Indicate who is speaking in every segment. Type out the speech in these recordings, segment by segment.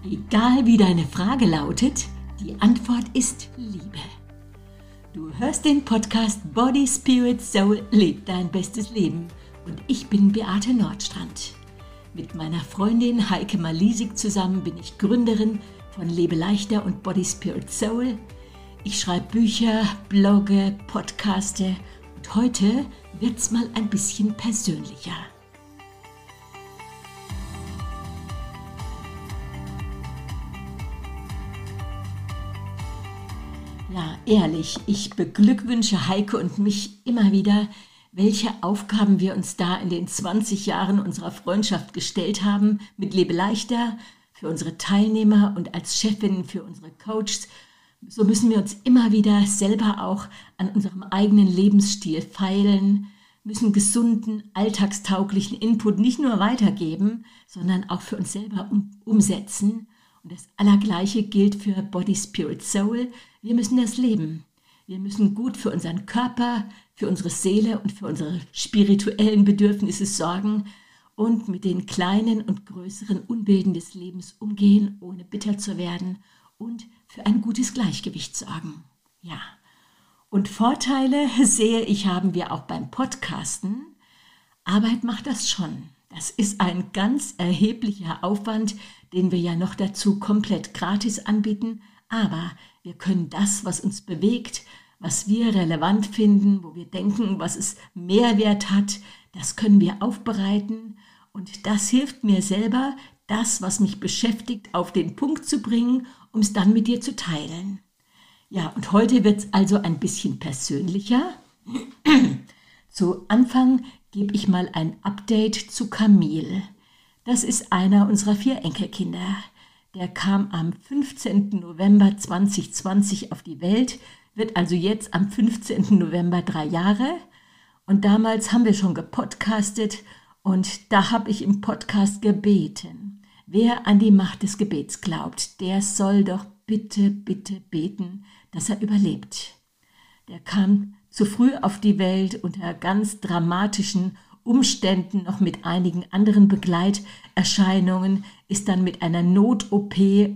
Speaker 1: Egal wie deine Frage lautet, die Antwort ist Liebe. Du hörst den Podcast Body, Spirit, Soul, leb dein bestes Leben und ich bin Beate Nordstrand. Mit meiner Freundin Heike Malisik zusammen bin ich Gründerin von Lebe leichter und Body, Spirit, Soul. Ich schreibe Bücher, blogge, podcaste und heute wird's mal ein bisschen persönlicher. Ja, ehrlich, ich beglückwünsche Heike und mich immer wieder, welche Aufgaben wir uns da in den 20 Jahren unserer Freundschaft gestellt haben mit Lebe leichter für unsere Teilnehmer und als Chefin für unsere Coaches. So müssen wir uns immer wieder selber auch an unserem eigenen Lebensstil feilen, müssen gesunden, alltagstauglichen Input nicht nur weitergeben, sondern auch für uns selber umsetzen. Und das Allergleiche gilt für Body, Spirit, Soul. Wir müssen das leben. Wir müssen gut für unseren Körper, für unsere Seele und für unsere spirituellen Bedürfnisse sorgen und mit den kleinen und größeren Unbilden des Lebens umgehen, ohne bitter zu werden und für ein gutes Gleichgewicht sorgen. Ja, und Vorteile sehe ich, haben wir auch beim Podcasten. Arbeit macht das schon. Das ist ein ganz erheblicher Aufwand, den wir ja noch dazu komplett gratis anbieten. Aber wir können das, was uns bewegt, was wir relevant finden, wo wir denken, was es Mehrwert hat, das können wir aufbereiten. Und das hilft mir selber, das, was mich beschäftigt, auf den Punkt zu bringen, um es dann mit dir zu teilen. Ja, und heute wird es also ein bisschen persönlicher. Zu Anfang gebe ich mal ein Update zu Camille. Das ist einer unserer 4 Enkelkinder. Der kam am 15. November 2020 auf die Welt, wird also jetzt am 15. November 3 Jahre. Und damals haben wir schon gepodcastet und da habe ich im Podcast gebeten. Wer an die Macht des Gebets glaubt, der soll doch bitte, bitte beten, dass er überlebt. Der kam zu früh auf die Welt unter ganz dramatischen Umständen, noch mit einigen anderen Begleiterscheinungen, ist dann mit einer Not-OP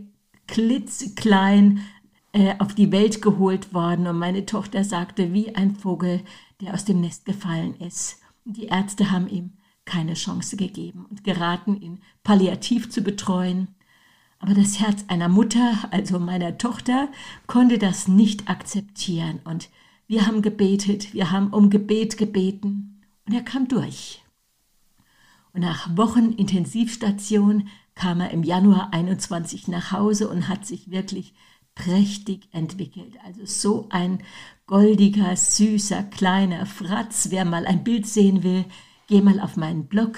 Speaker 1: klitzeklein auf die Welt geholt worden. Und meine Tochter sagte, wie ein Vogel, der aus dem Nest gefallen ist. Und die Ärzte haben ihm keine Chance gegeben und geraten, ihn palliativ zu betreuen. Aber das Herz einer Mutter, also meiner Tochter, konnte das nicht akzeptieren. Und wir haben gebetet, wir haben um Gebet gebeten und er kam durch. Und nach Wochen Intensivstation kam er im Januar 21 nach Hause und hat sich wirklich prächtig entwickelt. Also so ein goldiger, süßer, kleiner Fratz. Wer mal ein Bild sehen will, geh mal auf meinen Blog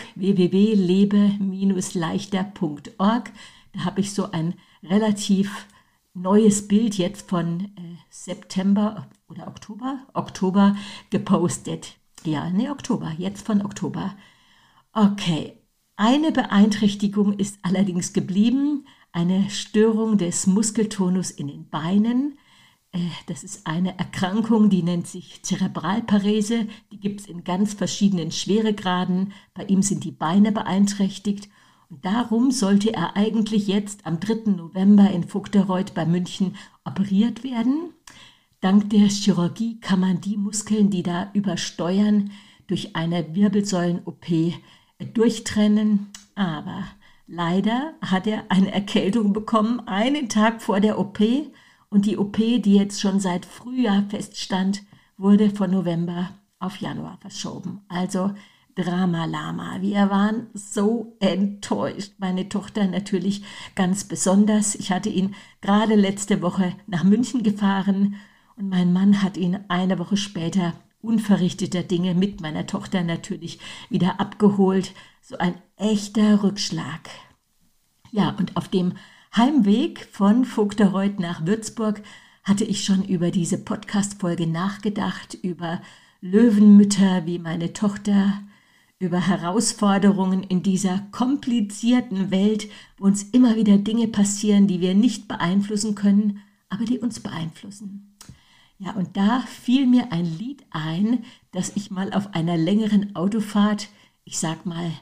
Speaker 1: www.lebe-leichter.org. Da habe ich so ein relativ neues Bild jetzt von September oder Oktober gepostet. Ja, Oktober, jetzt von Oktober. Okay, eine Beeinträchtigung ist allerdings geblieben, eine Störung des Muskeltonus in den Beinen. Das ist eine Erkrankung, die nennt sich Zerebralparese. Die gibt es in ganz verschiedenen Schweregraden. Bei ihm sind die Beine beeinträchtigt. Und darum sollte er eigentlich jetzt am 3. November in Vogtereuth bei München operiert werden. Dank der Chirurgie kann man die Muskeln, die da übersteuern, durch eine Wirbelsäulen-OP durchtrennen. Aber leider hat er eine Erkältung bekommen, einen Tag vor der OP. Und die OP, die jetzt schon seit Frühjahr feststand, wurde von November auf Januar verschoben. Also Drama-Lama. Wir waren so enttäuscht. Meine Tochter natürlich ganz besonders. Ich hatte ihn gerade letzte Woche nach München gefahren und mein Mann hat ihn eine Woche später unverrichteter Dinge mit meiner Tochter natürlich wieder abgeholt. So ein echter Rückschlag. Ja, und auf dem Heimweg von Vogtereuth nach Würzburg hatte ich schon über diese Podcast-Folge nachgedacht, über Löwenmütter wie meine Tochter, über Herausforderungen in dieser komplizierten Welt, wo uns immer wieder Dinge passieren, die wir nicht beeinflussen können, aber die uns beeinflussen. Ja, und da fiel mir ein Lied ein, das ich mal auf einer längeren Autofahrt, ich sag mal,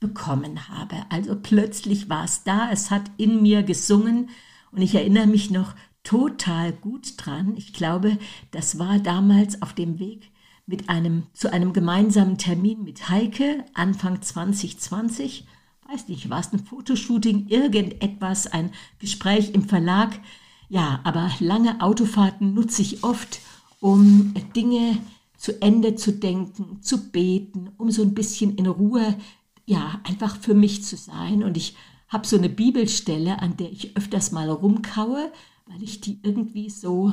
Speaker 1: bekommen habe. Also plötzlich war es da, es hat in mir gesungen und ich erinnere mich noch total gut dran. Ich glaube, das war damals auf dem Weg zu einem gemeinsamen Termin mit Heike, Anfang 2020. Weiß nicht, war es ein Fotoshooting, irgendetwas, ein Gespräch im Verlag. Ja, aber lange Autofahrten nutze ich oft, um Dinge zu Ende zu denken, zu beten, um so ein bisschen in Ruhe, ja, einfach für mich zu sein. Und ich habe so eine Bibelstelle, an der ich öfters mal rumkaue, weil ich die irgendwie so,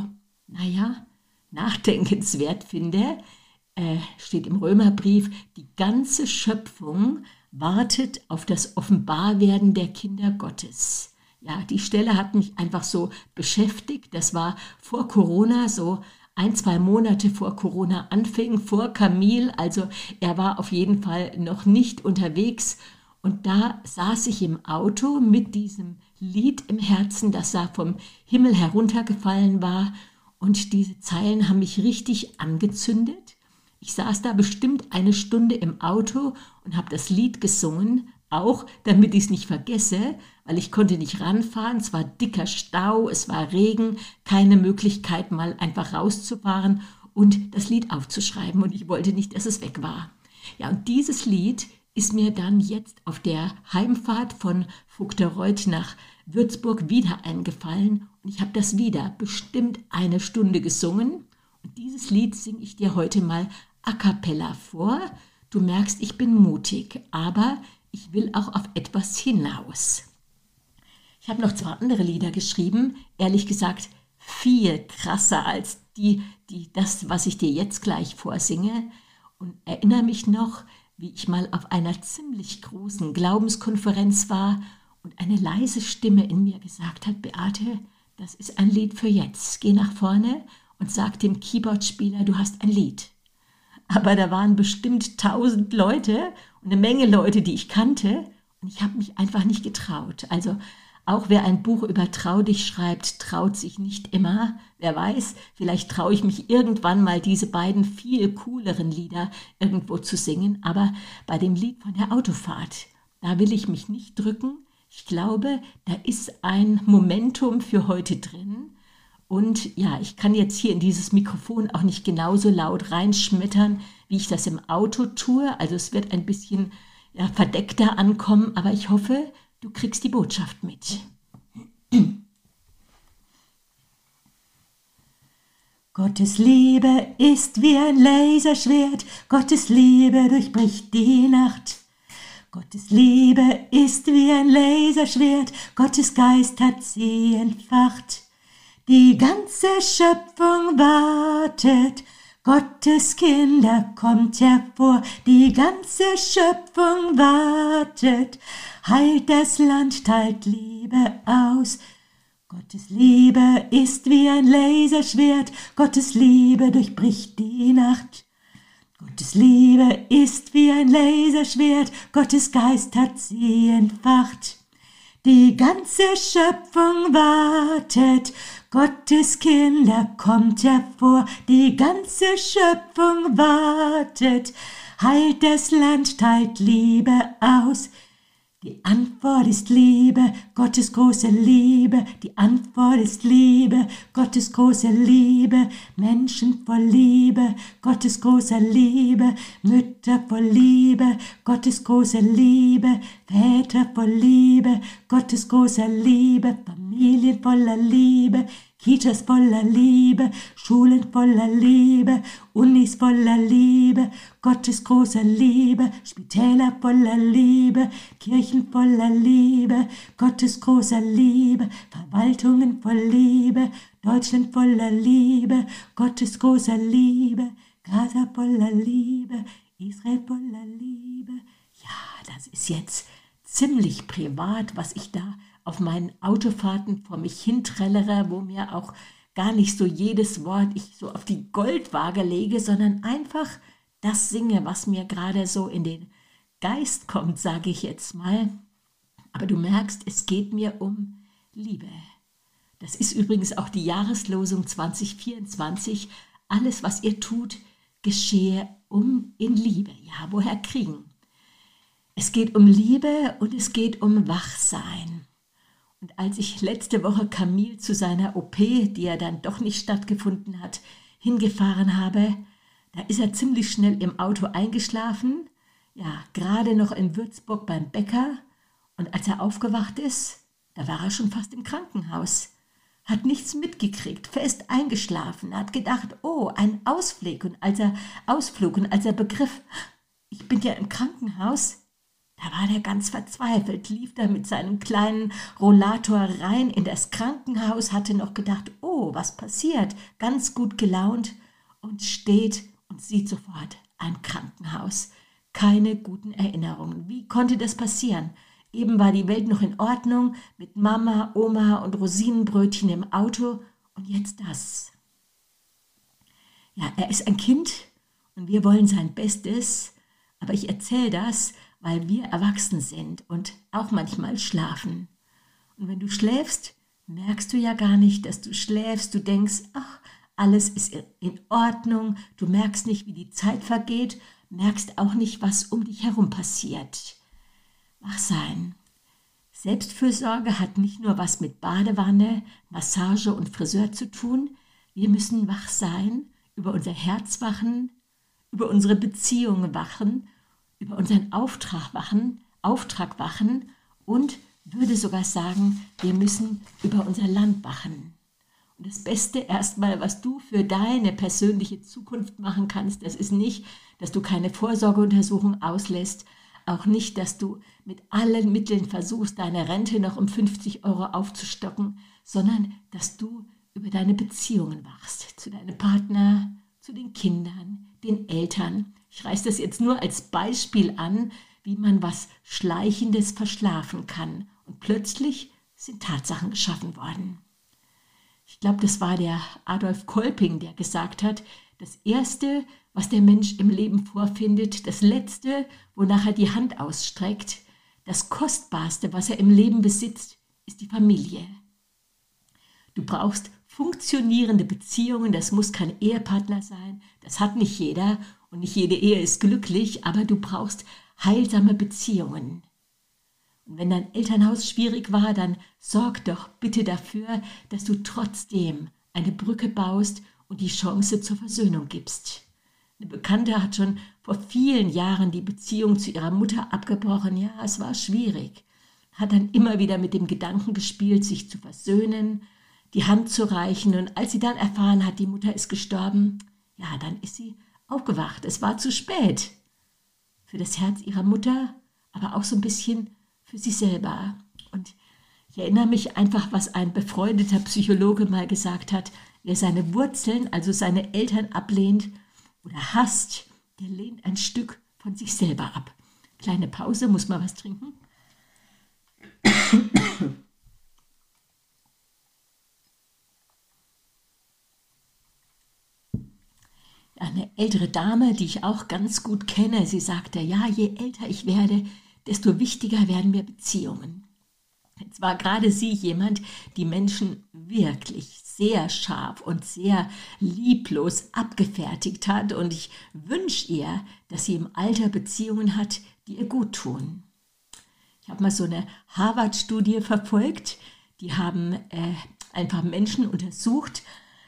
Speaker 1: nachdenkenswert finde. Steht im Römerbrief, die ganze Schöpfung wartet auf das Offenbarwerden der Kinder Gottes. Ja, die Stelle hat mich einfach so beschäftigt. Das war vor Corona, so 1-2 Monate vor Corona anfing, vor Camille. Also er war auf jeden Fall noch nicht unterwegs. Und da saß ich im Auto mit diesem Lied im Herzen, das da vom Himmel heruntergefallen war. Und diese Zeilen haben mich richtig angezündet. Ich saß da bestimmt 1 Stunde im Auto und habe das Lied gesungen, auch damit ich es nicht vergesse, weil ich konnte nicht ranfahren, es war dicker Stau, es war Regen, keine Möglichkeit mal einfach rauszufahren und das Lied aufzuschreiben und ich wollte nicht, dass es weg war. Ja, und dieses Lied ist mir dann jetzt auf der Heimfahrt von Vogtereuth nach Würzburg wieder eingefallen und ich habe das wieder bestimmt 1 Stunde gesungen und dieses Lied singe ich dir heute mal a cappella vor. Du merkst, ich bin mutig, aber ich will auch auf etwas hinaus. Ich habe noch 2 andere Lieder geschrieben, ehrlich gesagt viel krasser als das, was ich dir jetzt gleich vorsinge. Und erinnere mich noch, wie ich mal auf einer ziemlich großen Glaubenskonferenz war und eine leise Stimme in mir gesagt hat, Beate, das ist ein Lied für jetzt. Geh nach vorne und sag dem Keyboardspieler, du hast ein Lied. Aber da waren bestimmt 1000 Leute und eine Menge Leute, die ich kannte. Und ich habe mich einfach nicht getraut. Also auch wer ein Buch über Trau dich schreibt, traut sich nicht immer. Wer weiß, vielleicht traue ich mich irgendwann mal diese beiden viel cooleren Lieder irgendwo zu singen. Aber bei dem Lied von der Autofahrt, da will ich mich nicht drücken. Ich glaube, da ist ein Momentum für heute drin. Und ja, ich kann jetzt hier in dieses Mikrofon auch nicht genauso laut reinschmettern, wie ich das im Auto tue. Also es wird ein bisschen verdeckter ankommen, aber ich hoffe, du kriegst die Botschaft mit. Gottes Liebe ist wie ein Laserschwert, Gottes Liebe durchbricht die Nacht. Gottes Liebe ist wie ein Laserschwert, Gottes Geist hat sie entfacht. Die ganze Schöpfung wartet, Gottes Kinder kommt hervor. Die ganze Schöpfung wartet, heilt das Land, teilt Liebe aus. Gottes Liebe ist wie ein Laserschwert, Gottes Liebe durchbricht die Nacht. Gottes Liebe ist wie ein Laserschwert, Gottes Geist hat sie entfacht. Die ganze Schöpfung wartet, Gottes Kinder kommt hervor. Die ganze Schöpfung wartet, heilt das Land, teilt Liebe aus. Die Antwort ist Liebe, Gottes große Liebe. Die Antwort ist Liebe, Gottes große Liebe. Menschen voll Liebe, Gottes großer Liebe. Mütter voll Liebe, Gottes große Liebe. Väter voll Liebe, Gottes großer Liebe. Familien voller Liebe. Kitas voller Liebe, Schulen voller Liebe, Unis voller Liebe, Gottes großer Liebe, Spitäler voller Liebe, Kirchen voller Liebe, Gottes großer Liebe, Verwaltungen voll Liebe, Deutschland voller Liebe, Gottes großer Liebe, Gaza voller Liebe, Israel voller Liebe. Ja, das ist jetzt ziemlich privat, was ich da auf meinen Autofahrten vor mich hinträllere, wo mir auch gar nicht so jedes Wort ich so auf die Goldwaage lege, sondern einfach das singe, was mir gerade so in den Geist kommt, sage ich jetzt mal. Aber du merkst, es geht mir um Liebe. Das ist übrigens auch die Jahreslosung 2024. Alles, was ihr tut, geschehe in Liebe. Ja, woher kriegen? Es geht um Liebe und es geht um Wachsein. Und als ich letzte Woche Camille zu seiner OP, die ja dann doch nicht stattgefunden hat, hingefahren habe, da ist er ziemlich schnell im Auto eingeschlafen, ja, gerade noch in Würzburg beim Bäcker. Und als er aufgewacht ist, da war er schon fast im Krankenhaus. Hat nichts mitgekriegt, fest eingeschlafen, hat gedacht, oh, ein Ausflug. Und als er begriff, ich bin ja im Krankenhaus, da war der ganz verzweifelt, lief da mit seinem kleinen Rollator rein in das Krankenhaus, hatte noch gedacht, oh, was passiert, ganz gut gelaunt und steht und sieht sofort ein Krankenhaus. Keine guten Erinnerungen. Wie konnte das passieren? Eben war die Welt noch in Ordnung, mit Mama, Oma und Rosinenbrötchen im Auto und jetzt das. Ja, er ist ein Kind und wir wollen sein Bestes, aber ich erzähle das, weil wir erwachsen sind und auch manchmal schlafen. Und wenn du schläfst, merkst du ja gar nicht, dass du schläfst. Du denkst, ach, alles ist in Ordnung. Du merkst nicht, wie die Zeit vergeht, merkst auch nicht, was um dich herum passiert. Wach sein. Selbstfürsorge hat nicht nur was mit Badewanne, Massage und Friseur zu tun. Wir müssen wach sein, über unser Herz wachen, über unsere Beziehungen wachen, über unseren Auftrag wachen und würde sogar sagen, wir müssen über unser Land wachen. Und das Beste erstmal, was du für deine persönliche Zukunft machen kannst, das ist nicht, dass du keine Vorsorgeuntersuchung auslässt, auch nicht, dass du mit allen Mitteln versuchst, deine Rente noch um 50 € aufzustocken, sondern dass du über deine Beziehungen wachst, zu deinem Partner, zu den Kindern, den Eltern. Ich reiße das jetzt nur als Beispiel an, wie man was Schleichendes verschlafen kann. Und plötzlich sind Tatsachen geschaffen worden. Ich glaube, das war der Adolf Kolping, der gesagt hat, das Erste, was der Mensch im Leben vorfindet, das Letzte, wonach er die Hand ausstreckt, das Kostbarste, was er im Leben besitzt, ist die Familie. Du brauchst funktionierende Beziehungen, das muss kein Ehepartner sein, das hat nicht jeder und nicht jede Ehe ist glücklich, aber du brauchst heilsame Beziehungen. Und wenn dein Elternhaus schwierig war, dann sorg doch bitte dafür, dass du trotzdem eine Brücke baust und die Chance zur Versöhnung gibst. Eine Bekannte hat schon vor vielen Jahren die Beziehung zu ihrer Mutter abgebrochen. Ja, es war schwierig. Hat dann immer wieder mit dem Gedanken gespielt, sich zu versöhnen, die Hand zu reichen. Und als sie dann erfahren hat, die Mutter ist gestorben, ja, dann ist sie aufgewacht. Es war zu spät. Für das Herz ihrer Mutter, aber auch so ein bisschen für sie selber. Und ich erinnere mich einfach, was ein befreundeter Psychologe mal gesagt hat. Wer seine Wurzeln, also seine Eltern ablehnt oder hasst, der lehnt ein Stück von sich selber ab. Kleine Pause, muss mal was trinken. Eine ältere Dame, die ich auch ganz gut kenne, sie sagte, ja, je älter ich werde, desto wichtiger werden mir Beziehungen. Jetzt war gerade sie jemand, die Menschen wirklich sehr scharf und sehr lieblos abgefertigt hat. Und ich wünsche ihr, dass sie im Alter Beziehungen hat, die ihr gut tun. Ich habe mal so eine Harvard-Studie verfolgt. Die haben einfach Menschen untersucht,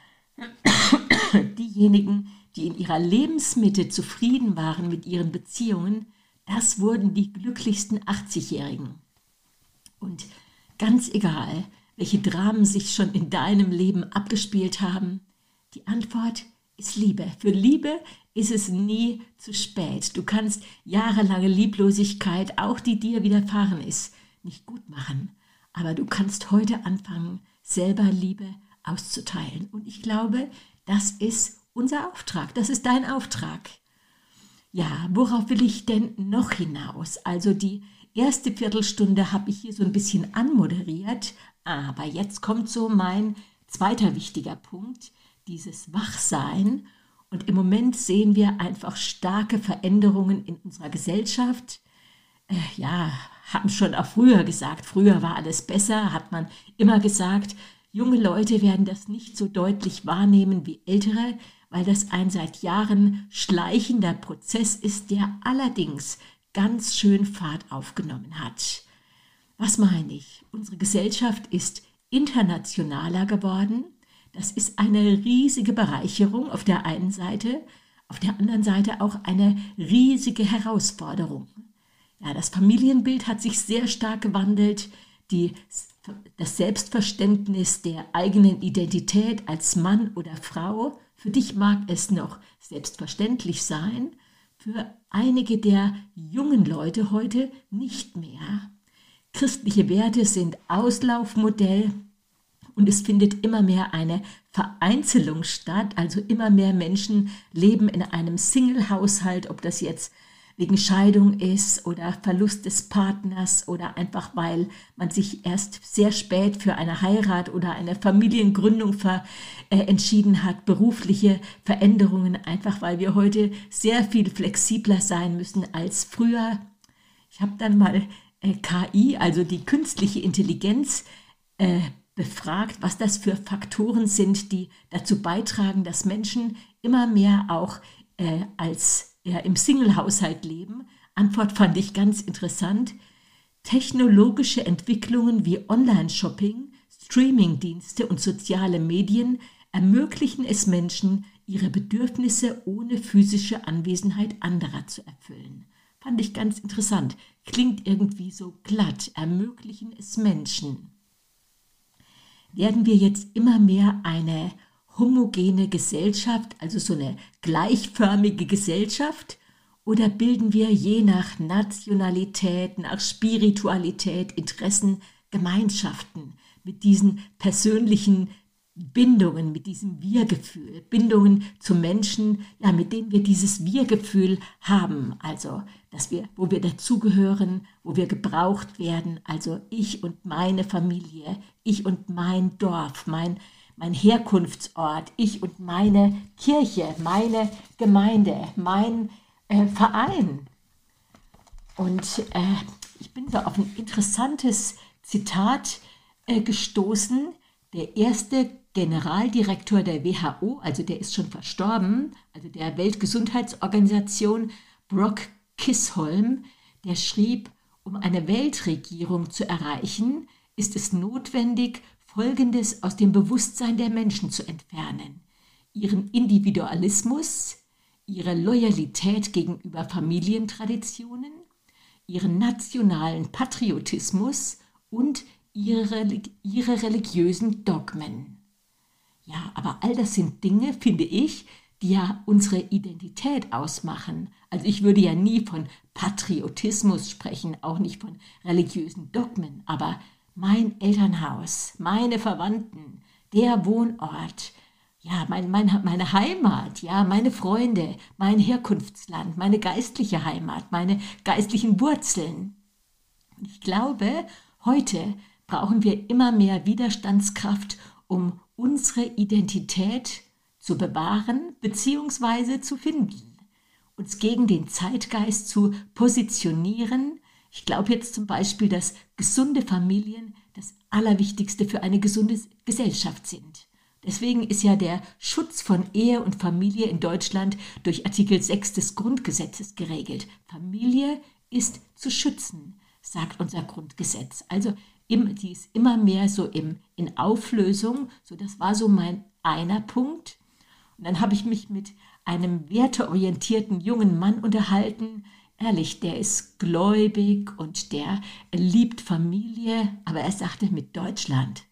Speaker 1: diejenigen, die in ihrer Lebensmitte zufrieden waren mit ihren Beziehungen, das wurden die glücklichsten 80-Jährigen. Und ganz egal, welche Dramen sich schon in deinem Leben abgespielt haben, die Antwort ist Liebe. Für Liebe ist es nie zu spät. Du kannst jahrelange Lieblosigkeit, auch die dir widerfahren ist, nicht gut machen. Aber du kannst heute anfangen, selber Liebe auszuteilen. Und ich glaube, das ist unser Auftrag. Das ist dein Auftrag. Ja, worauf will ich denn noch hinaus? Also die erste Viertelstunde habe ich hier so ein bisschen anmoderiert, aber jetzt kommt so mein zweiter wichtiger Punkt, dieses Wachsein. Und im Moment sehen wir einfach starke Veränderungen in unserer Gesellschaft. Haben schon auch früher gesagt, früher war alles besser, hat man immer gesagt. Junge Leute werden das nicht so deutlich wahrnehmen wie Ältere, weil das ein seit Jahren schleichender Prozess ist, der allerdings ganz schön Fahrt aufgenommen hat. Was meine ich? Unsere Gesellschaft ist internationaler geworden. Das ist eine riesige Bereicherung auf der einen Seite, auf der anderen Seite auch eine riesige Herausforderung. Ja, das Familienbild hat sich sehr stark gewandelt. Das Selbstverständnis der eigenen Identität als Mann oder Frau, für dich mag es noch selbstverständlich sein, für einige der jungen Leute heute nicht mehr. Christliche Werte sind Auslaufmodell und es findet immer mehr eine Vereinzelung statt, also immer mehr Menschen leben in einem Single-Haushalt, ob das jetzt wegen Scheidung ist oder Verlust des Partners oder einfach weil man sich erst sehr spät für eine Heirat oder eine Familiengründung entschieden hat, berufliche Veränderungen, einfach weil wir heute sehr viel flexibler sein müssen als früher. Ich habe dann mal KI, also die künstliche Intelligenz, befragt, was das für Faktoren sind, die dazu beitragen, dass Menschen immer mehr auch im Single-Haushalt leben. Antwort fand ich ganz interessant. Technologische Entwicklungen wie Online-Shopping, Streaming-Dienste und soziale Medien ermöglichen es Menschen, ihre Bedürfnisse ohne physische Anwesenheit anderer zu erfüllen. Fand ich ganz interessant. Klingt irgendwie so glatt. Ermöglichen es Menschen. Werden wir jetzt immer mehr eine homogene Gesellschaft, also so eine gleichförmige Gesellschaft, oder bilden wir je nach Nationalität, nach Spiritualität, Interessen, Gemeinschaften mit diesen persönlichen Bindungen, mit diesem Wir-Gefühl, Bindungen zu Menschen, ja, mit denen wir dieses Wir-Gefühl haben, also wo wir dazugehören, wo wir gebraucht werden, also ich und meine Familie, ich und mein Dorf, mein Herkunftsort, ich und meine Kirche, meine Gemeinde, mein Verein. Und ich bin da auf ein interessantes Zitat gestoßen. Der erste Generaldirektor der WHO, also der ist schon verstorben, also der Weltgesundheitsorganisation, Brock Chisholm, der schrieb, um eine Weltregierung zu erreichen, ist es notwendig, Folgendes aus dem Bewusstsein der Menschen zu entfernen: ihren Individualismus, ihre Loyalität gegenüber Familientraditionen, ihren nationalen Patriotismus und ihre religiösen Dogmen. Ja, aber all das sind Dinge, finde ich, die ja unsere Identität ausmachen. Also ich würde ja nie von Patriotismus sprechen, auch nicht von religiösen Dogmen, aber mein Elternhaus, meine Verwandten, der Wohnort, ja, meine Heimat, ja, meine Freunde, mein Herkunftsland, meine geistliche Heimat, meine geistlichen Wurzeln. Und ich glaube, heute brauchen wir immer mehr Widerstandskraft, um unsere Identität zu bewahren bzw. zu finden, uns gegen den Zeitgeist zu positionieren. Ich glaube jetzt zum Beispiel, dass gesunde Familien das Allerwichtigste für eine gesunde Gesellschaft sind. Deswegen ist ja der Schutz von Ehe und Familie in Deutschland durch Artikel 6 des Grundgesetzes geregelt. Familie ist zu schützen, sagt unser Grundgesetz. Also die ist immer mehr so in Auflösung. So, das war so mein einer Punkt. Und dann habe ich mich mit einem werteorientierten jungen Mann unterhalten. Ehrlich, der ist gläubig und der liebt Familie. Aber er sagte, mit Deutschland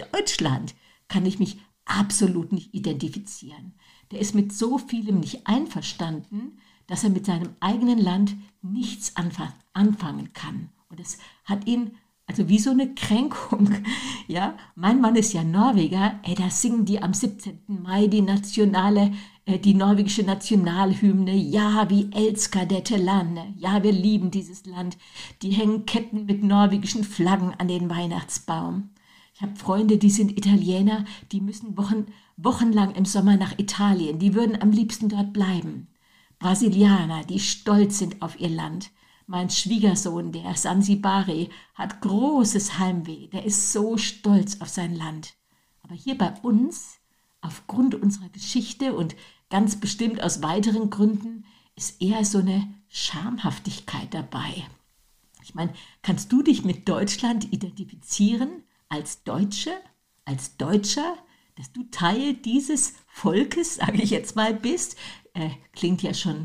Speaker 1: kann ich mich absolut nicht identifizieren. Der ist mit so vielem nicht einverstanden, dass er mit seinem eigenen Land nichts anfangen kann. Und das hat ihn also wie so eine Kränkung. Ja? Mein Mann ist ja Norweger, da singen die am 17. Mai die norwegische Nationalhymne, ja, wie elsker dette landet, ja, wir lieben dieses Land. Die hängen Ketten mit norwegischen Flaggen an den Weihnachtsbaum. Ich habe Freunde, die sind Italiener, die müssen wochenlang im Sommer nach Italien, die würden am liebsten dort bleiben. Brasilianer, die stolz sind auf ihr Land. Mein Schwiegersohn, der Sansibari, hat großes Heimweh. Der ist so stolz auf sein Land. Aber hier bei uns, aufgrund unserer Geschichte und ganz bestimmt aus weiteren Gründen, ist eher so eine Schamhaftigkeit dabei. Ich meine, kannst du dich mit Deutschland identifizieren als Deutsche, als Deutscher, dass du Teil dieses Volkes, sage ich jetzt mal, bist? Klingt ja schon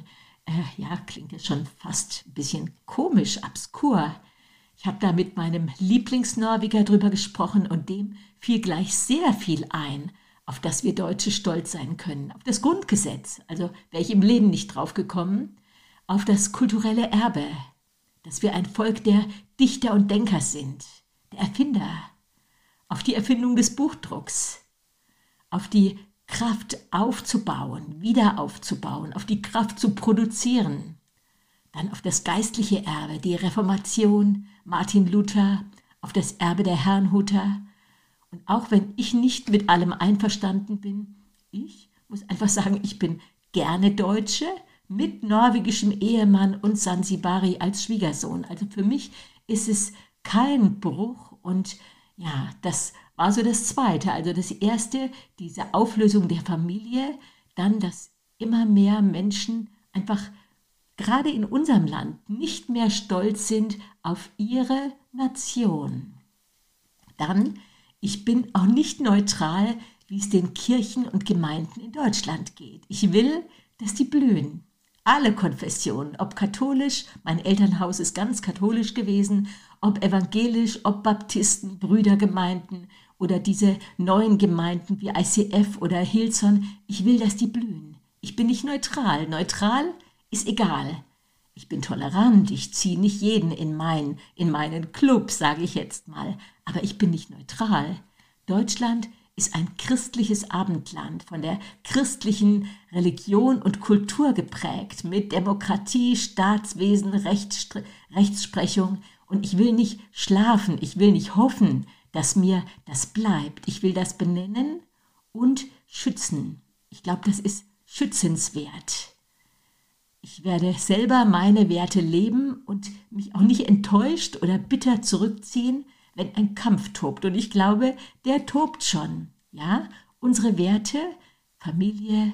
Speaker 1: fast ein bisschen komisch, obskur. Ich habe da mit meinem Lieblingsnorweger drüber gesprochen und dem fiel gleich sehr viel ein, auf das wir Deutsche stolz sein können. Auf das Grundgesetz, also wäre ich im Leben nicht drauf gekommen, auf das kulturelle Erbe, dass wir ein Volk der Dichter und Denker sind, der Erfinder, auf die Erfindung des Buchdrucks, auf die Kraft aufzubauen, wieder aufzubauen, auf die Kraft zu produzieren, dann auf das geistliche Erbe, die Reformation, Martin Luther, auf das Erbe der Herrnhuter. Und auch wenn ich nicht mit allem einverstanden bin, ich muss einfach sagen, ich bin gerne Deutsche mit norwegischem Ehemann und Sansibari als Schwiegersohn. Also für mich ist es kein Bruch und ja, das war so das Zweite. Also das Erste, diese Auflösung der Familie, dann, dass immer mehr Menschen einfach gerade in unserem Land nicht mehr stolz sind auf ihre Nation. Dann, ich bin auch nicht neutral, wie es den Kirchen und Gemeinden in Deutschland geht. Ich will, dass die blühen. Alle Konfessionen, ob katholisch, mein Elternhaus ist ganz katholisch gewesen, ob evangelisch, ob Baptisten, Brüdergemeinden oder diese neuen Gemeinden wie ICF oder Hillsong, ich will, dass die blühen. Ich bin nicht neutral. Neutral ist egal. Ich bin tolerant, ich ziehe nicht jeden in meinen Club, sage ich jetzt mal, aber ich bin nicht neutral. Deutschland ist ein christliches Abendland, von der christlichen Religion und Kultur geprägt, mit Demokratie, Staatswesen, Rechtsprechung. Und ich will nicht schlafen, ich will nicht hoffen, dass mir das bleibt. Ich will das benennen und schützen. Ich glaube, das ist schützenswert. Ich werde selber meine Werte leben und mich auch nicht enttäuscht oder bitter zurückziehen, wenn ein Kampf tobt. Und ich glaube, der tobt schon. Ja? Unsere Werte, Familie,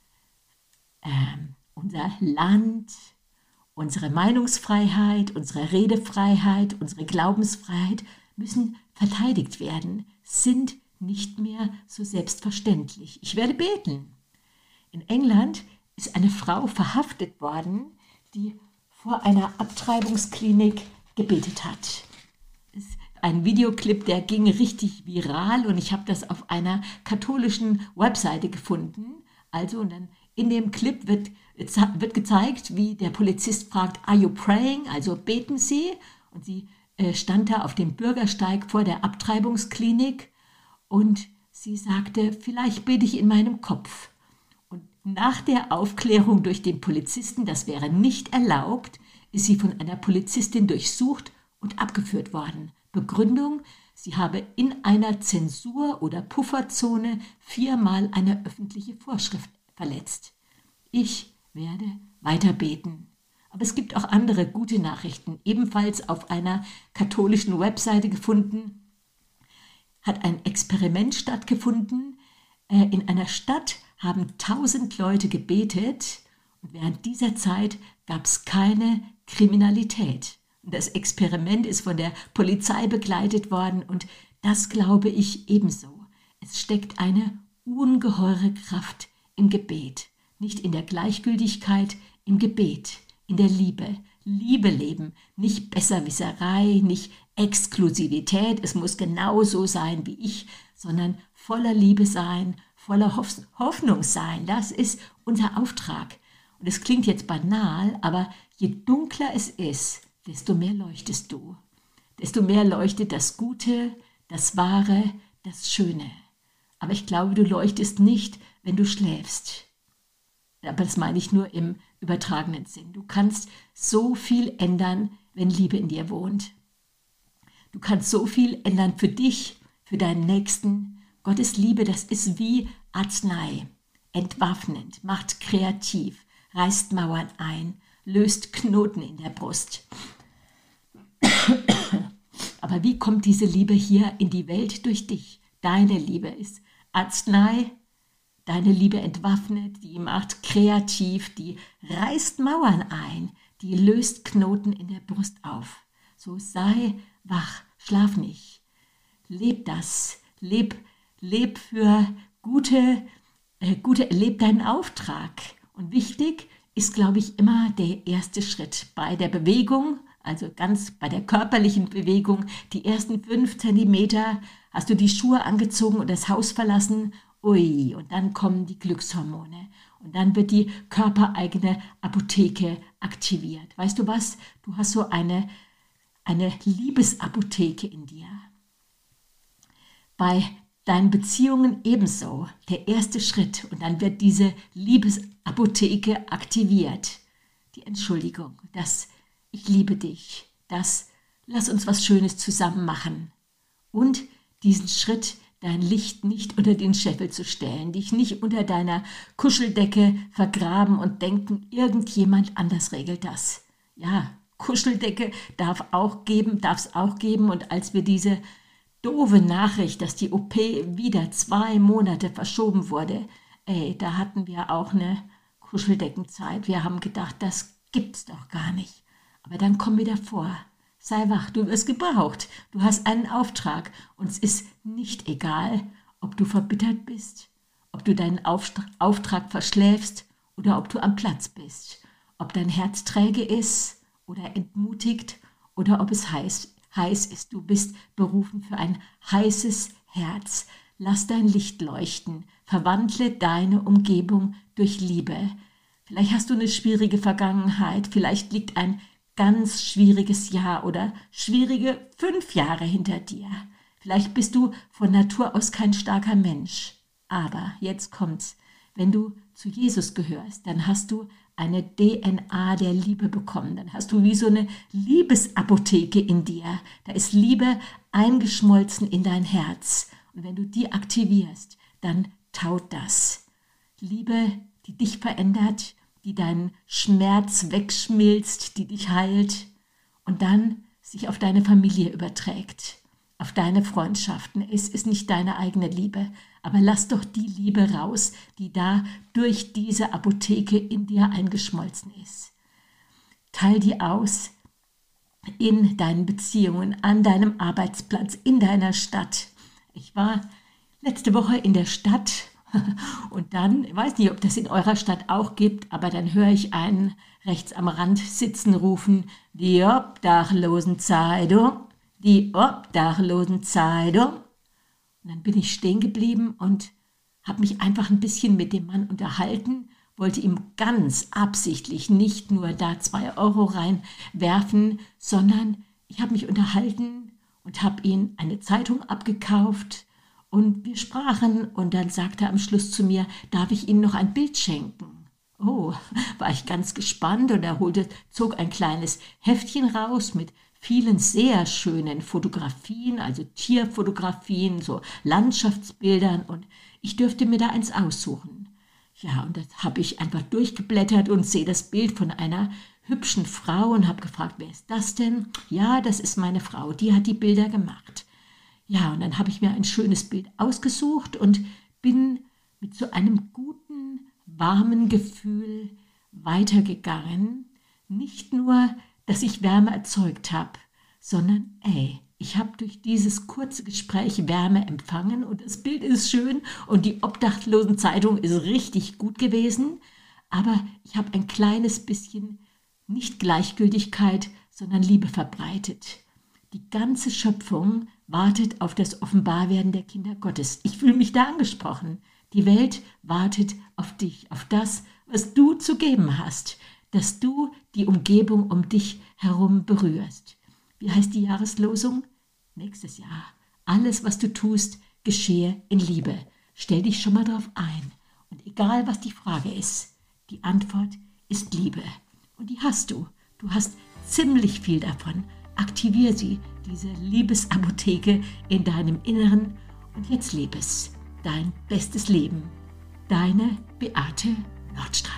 Speaker 1: unser Land, unsere Meinungsfreiheit, unsere Redefreiheit, unsere Glaubensfreiheit müssen verteidigt werden, sind nicht mehr so selbstverständlich. Ich werde beten. In England ist eine Frau verhaftet worden, die vor einer Abtreibungsklinik gebetet hat. Das ist ein Videoclip, der ging richtig viral und ich habe das auf einer katholischen Webseite gefunden. Also und dann in dem Clip wird gezeigt, wie der Polizist fragt, "Are you praying?" Also beten Sie? Und sie stand da auf dem Bürgersteig vor der Abtreibungsklinik und sie sagte, vielleicht bete ich in meinem Kopf. Und nach der Aufklärung durch den Polizisten, das wäre nicht erlaubt, ist sie von einer Polizistin durchsucht und abgeführt worden. Begründung, sie habe in einer Zensur- oder Pufferzone 4-mal eine öffentliche Vorschrift verletzt. Ich werde weiter beten. Aber es gibt auch andere gute Nachrichten. Ebenfalls auf einer katholischen Webseite gefunden, hat ein Experiment stattgefunden. In einer Stadt haben 1000 Leute gebetet und während dieser Zeit gab es keine Kriminalität. Und das Experiment ist von der Polizei begleitet worden und das glaube ich ebenso. Es steckt eine ungeheure Kraft im Gebet, nicht in der Gleichgültigkeit, im Gebet, in der Liebe. Liebe leben, nicht Besserwisserei, nicht Exklusivität, es muss genau so sein wie ich, sondern voller Liebe sein, voller Hoffnung sein. Das ist unser Auftrag. Und es klingt jetzt banal, aber je dunkler es ist, desto mehr leuchtest du. Desto mehr leuchtet das Gute, das Wahre, das Schöne. Aber ich glaube, du leuchtest nicht, wenn du schläfst. Aber das meine ich nur im übertragenen Sinn. Du kannst so viel ändern, wenn Liebe in dir wohnt. Du kannst so viel ändern für dich, für deinen Nächsten. Gottes Liebe, das ist wie Arznei, entwaffnend, macht kreativ, reißt Mauern ein, löst Knoten in der Brust. Aber wie kommt diese Liebe hier in die Welt? Durch dich. Deine Liebe ist Arznei, deine Liebe entwaffnet, die macht kreativ, die reißt Mauern ein, die löst Knoten in der Brust auf. So sei wach, schlaf nicht. Leb das, leb für leb deinen Auftrag. Und wichtig ist, glaube ich, immer der erste Schritt bei der Bewegung, also ganz bei der körperlichen Bewegung. Die ersten 5 Zentimeter hast du die Schuhe angezogen und das Haus verlassen. Ui, und dann kommen die Glückshormone. Und dann wird die körpereigene Apotheke aktiviert. Weißt du was? Du hast so eine Liebesapotheke in dir. Bei deinen Beziehungen ebenso. Der erste Schritt. Und dann wird diese Liebesapotheke aktiviert. Die Entschuldigung, das ich liebe dich, das lass uns was Schönes zusammen machen. Und diesen Schritt, dein Licht nicht unter den Scheffel zu stellen, dich nicht unter deiner Kuscheldecke vergraben und denken, irgendjemand anders regelt das. Ja, Kuscheldecke darf es auch geben. Und als wir diese doofe Nachricht, dass die OP wieder 2 Monate verschoben wurde, da hatten wir auch eine Kuscheldeckenzeit. Wir haben gedacht, das gibt's doch gar nicht. Aber dann komm wieder vor. Sei wach, du wirst gebraucht. Du hast einen Auftrag. Und es ist nicht egal, ob du verbittert bist, ob du deinen Auftrag verschläfst oder ob du am Platz bist. Ob dein Herz träge ist oder entmutigt oder ob es heiß ist. Du bist berufen für ein heißes Herz. Lass dein Licht leuchten. Verwandle deine Umgebung durch Liebe. Vielleicht hast du eine schwierige Vergangenheit. Vielleicht liegt ein ganz schwieriges Jahr oder schwierige 5 Jahre hinter dir. Vielleicht bist du von Natur aus kein starker Mensch. Aber jetzt kommt's. Wenn du zu Jesus gehörst, dann hast du eine DNA der Liebe bekommen. Dann hast du wie so eine Liebesapotheke in dir. Da ist Liebe eingeschmolzen in dein Herz. Und wenn du die aktivierst, dann taut das. Liebe, die dich verändert, die deinen Schmerz wegschmilzt, die dich heilt und dann sich auf deine Familie überträgt, auf deine Freundschaften. Es ist nicht deine eigene Liebe, aber lass doch die Liebe raus, die da durch diese Apotheke in dir eingeschmolzen ist. Teil die aus in deinen Beziehungen, an deinem Arbeitsplatz, in deiner Stadt. Ich war letzte Woche in der Stadt. Und dann, ich weiß nicht, ob das in eurer Stadt auch gibt, aber dann höre ich einen rechts am Rand sitzen rufen, die Obdachlosenzeitung, die Obdachlosenzeitung. Und dann bin ich stehen geblieben und habe mich einfach ein bisschen mit dem Mann unterhalten, wollte ihm ganz absichtlich nicht nur da 2 Euro reinwerfen, sondern ich habe mich unterhalten und habe ihm eine Zeitung abgekauft. Und wir sprachen und dann sagte er am Schluss zu mir, darf ich Ihnen noch ein Bild schenken? Oh, war ich ganz gespannt und er zog ein kleines Heftchen raus mit vielen sehr schönen Fotografien, also Tierfotografien, so Landschaftsbildern und ich dürfte mir da eins aussuchen. Ja, und das habe ich einfach durchgeblättert und sehe das Bild von einer hübschen Frau und habe gefragt, wer ist das denn? Ja, das ist meine Frau, die hat die Bilder gemacht. Ja, und dann habe ich mir ein schönes Bild ausgesucht und bin mit so einem guten, warmen Gefühl weitergegangen. Nicht nur, dass ich Wärme erzeugt habe, sondern ich habe durch dieses kurze Gespräch Wärme empfangen und das Bild ist schön und die Obdachlosenzeitung ist richtig gut gewesen, aber ich habe ein kleines bisschen nicht Gleichgültigkeit, sondern Liebe verbreitet. Die ganze Schöpfung wartet auf das Offenbarwerden der Kinder Gottes. Ich fühle mich da angesprochen. Die Welt wartet auf dich, auf das, was du zu geben hast, dass du die Umgebung um dich herum berührst. Wie heißt die Jahreslosung? Nächstes Jahr. Alles, was du tust, geschehe in Liebe. Stell dich schon mal drauf ein. Und egal, was die Frage ist, die Antwort ist Liebe. Und die hast du. Du hast ziemlich viel davon. Aktiviere sie, diese Liebesapotheke in deinem Inneren. Und jetzt lebe es. Dein bestes Leben. Deine Beate Nordstrand.